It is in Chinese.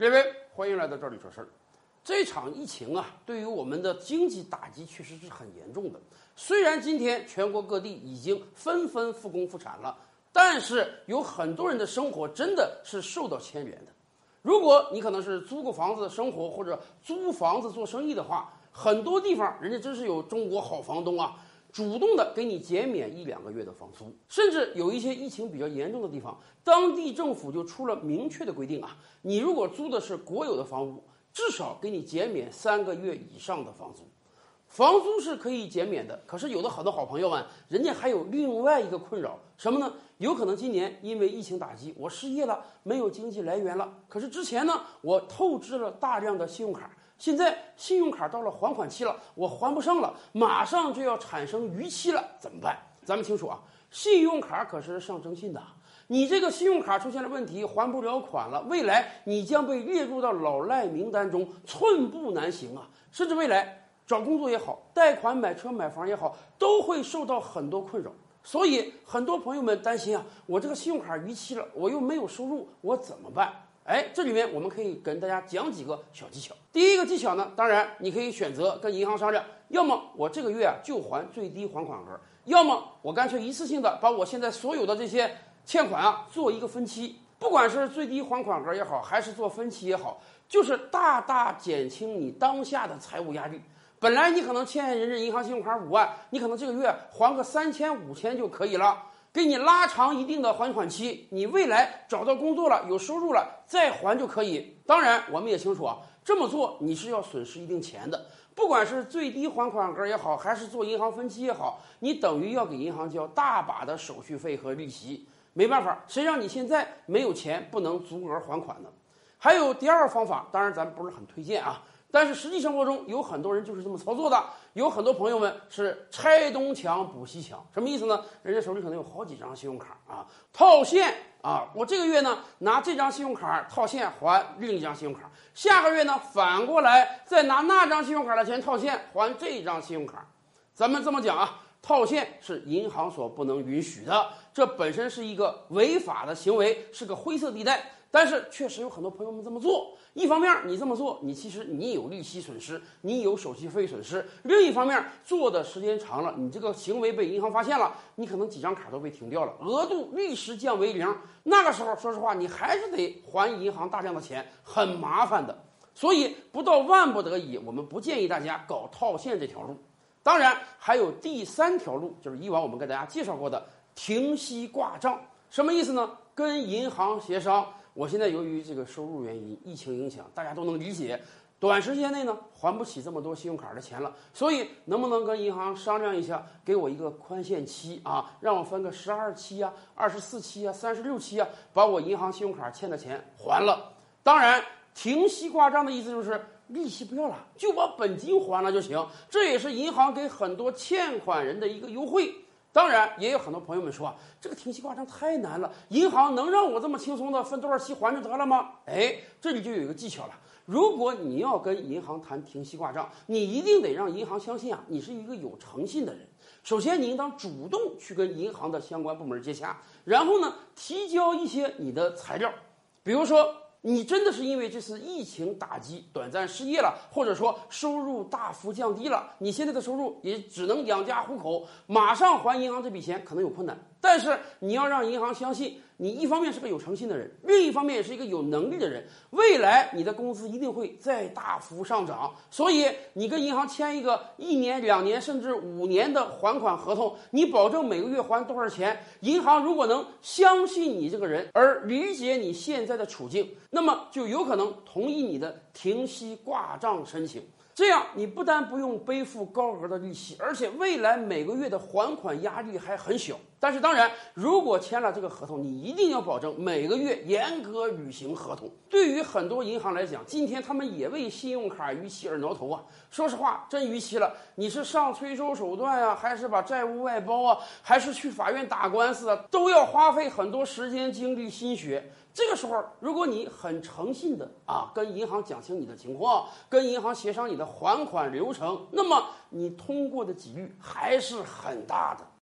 列位，欢迎来到这里说事儿。这场疫情啊，对于我们的经济打击确实是很严重的。虽然今天全国各地已经纷纷复工复产了，但是有很多人的生活真的是受到牵连的。如果你可能是租个房子生活，或者租房子做生意的话，很多地方人家真是有中国好房东啊，主动的给你减免1-2个月的房租，甚至有一些疫情比较严重的地方，当地政府就出了明确的规定啊，你如果租的是国有的房屋，至少给你减免3个月以上的房租。房租是可以减免的，可是有的很多好朋友们，人家还有另外一个困扰，什么呢？有可能今年因为疫情打击，我失业了，没有经济来源了。可是之前呢，我透支了大量的信用卡，现在信用卡到了还款期了，我还不上了，马上就要产生逾期了，怎么办？咱们清楚啊，信用卡可是上征信的，你这个信用卡出现了问题，还不了款了，未来你将被列入到老赖名单中，寸步难行啊！甚至未来找工作也好，贷款买车买房也好，都会受到很多困扰。所以很多朋友们担心啊，我这个信用卡逾期了，我又没有收入，我怎么办？这里面我们可以跟大家讲几个小技巧。第一个技巧呢，当然你可以选择跟银行商量，要么我这个月就还最低还款额，要么我干脆一次性的把我现在所有的这些欠款啊做一个分期。不管是最低还款额也好，还是做分期也好，就是大大减轻你当下的财务压力。本来你可能欠人家银行信用卡5万，你可能这个月还个3000、5000就可以了，给你拉长一定的还款期，你未来找到工作了，有收入了，再还就可以。当然，我们也清楚啊，这么做你是要损失一定钱的。不管是最低还款额也好，还是做银行分期也好，你等于要给银行交大把的手续费和利息。没办法，谁让你现在没有钱不能足额还款呢？还有第二个方法，当然咱不是很推荐啊。但是实际生活中有很多人就是这么操作的，有很多朋友们是拆东墙补西墙，什么意思呢？人家手里可能有好几张信用卡啊，套现啊，我这个月呢拿这张信用卡套现还另一张信用卡，下个月呢反过来再拿那张信用卡的钱套现还这张信用卡。咱们这么讲啊，套现是银行所不能允许的，这本身是一个违法的行为，是个灰色地带。但是确实有很多朋友们这么做，一方面你这么做，其实你有利息损失，你有手续费损失；另一方面做的时间长了，你这个行为被银行发现了，你可能几张卡都被停掉了，额度立时降为0。那个时候说实话，你还是得还银行大量的钱，很麻烦的。所以不到万不得已，我们不建议大家搞套现这条路。当然还有第3条路，就是以往我们跟大家介绍过的停息挂账。什么意思呢？跟银行协商，我现在由于这个收入原因，疫情影响，大家都能理解，短时间内呢还不起这么多信用卡的钱了，所以能不能跟银行商量一下，给我一个宽限期啊，让我分个12期啊、24期啊、36期啊，把我银行信用卡欠的钱还了。当然，停息挂账的意思就是利息不要了，就把本金还了就行，这也是银行给很多欠款人的一个优惠。当然，也有很多朋友们说啊，这个停息挂账太难了，银行能让我这么轻松的分多少期还就得了吗？这里就有一个技巧了。如果你要跟银行谈停息挂账，你一定得让银行相信啊，你是一个有诚信的人。首先，你应当主动去跟银行的相关部门接洽，然后呢，提交一些你的材料，比如说你真的是因为这次疫情打击短暂失业了，或者说收入大幅降低了，你现在的收入也只能养家糊口，马上还银行这笔钱可能有困难。但是你要让银行相信你，一方面是个有诚信的人，另一方面也是一个有能力的人，未来你的工资一定会再大幅上涨。所以你跟银行签一个1年、2年甚至5年的还款合同，你保证每个月还多少钱，银行如果能相信你这个人，而理解你现在的处境，那么就有可能同意你的停息挂账申请。这样你不但不用背负高额的利息，而且未来每个月的还款压力还很小。但是当然，如果签了这个合同，你一定要保证每个月严格履行合同。对于很多银行来讲，今天他们也为信用卡逾期而挠头啊。说实话，真逾期了，你是上催收手段啊，还是把债务外包啊，还是去法院打官司啊，都要花费很多时间、精力、心血。这个时候，如果你很诚信的跟银行讲清你的情况，跟银行协商你的还款流程，那么你通过的几率还是很大的。